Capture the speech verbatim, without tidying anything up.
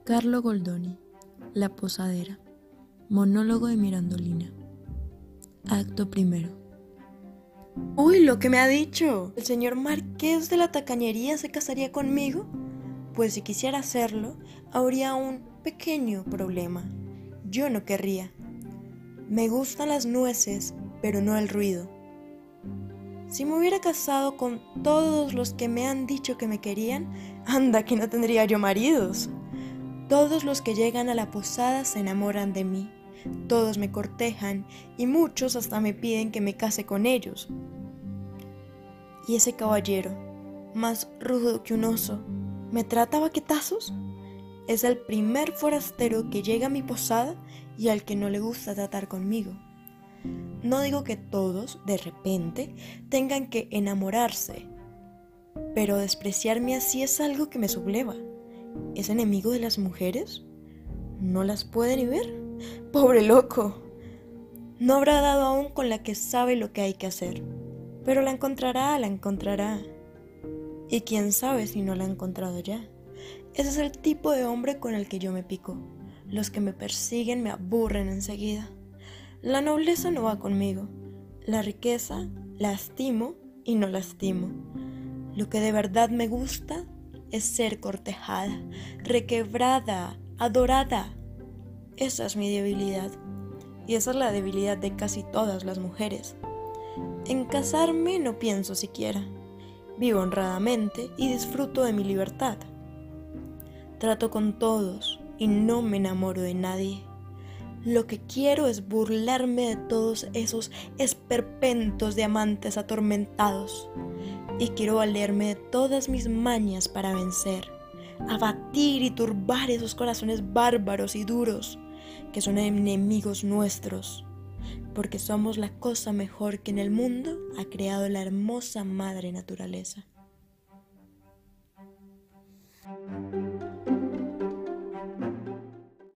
Carlo Goldoni, La Posadera, monólogo de Mirandolina. Acto primero. Uy, lo que me ha dicho. ¿El señor Marqués de la Tacañería se casaría conmigo? Pues si quisiera hacerlo, habría un pequeño problema. Yo no querría. Me gustan las nueces, pero no el ruido. Si me hubiera casado con todos los que me han dicho que me querían, anda que no tendría yo maridos. Todos los que llegan a la posada se enamoran de mí. Todos me cortejan y muchos hasta me piden que me case con ellos. Y ese caballero, más rudo que un oso, ¿me trata a baquetazos? Es el primer forastero que llega a mi posada y al que no le gusta tratar conmigo. No digo que todos, de repente, tengan que enamorarse, pero despreciarme así es algo que me subleva. ¿Es enemigo de las mujeres? ¿No las puede ni ver? ¡Pobre loco! No habrá dado aún con la que sabe lo que hay que hacer, pero la encontrará, la encontrará. Y quién sabe si no la ha encontrado ya. Ese es el tipo de hombre con el que yo me pico. Los que me persiguen me aburren enseguida. La nobleza no va conmigo. La riqueza la estimo y no la estimo. Lo que de verdad me gusta es ser cortejada, requebrada, adorada. Esa es mi debilidad. Y esa es la debilidad de casi todas las mujeres. En casarme no pienso siquiera. Vivo honradamente y disfruto de mi libertad. Trato con todos y no me enamoro de nadie. Lo que quiero es burlarme de todos esos esperpentos de amantes atormentados. Y quiero valerme de todas mis mañas para vencer, abatir y turbar esos corazones bárbaros y duros que son enemigos nuestros, porque somos la cosa mejor que en el mundo ha creado la hermosa madre naturaleza.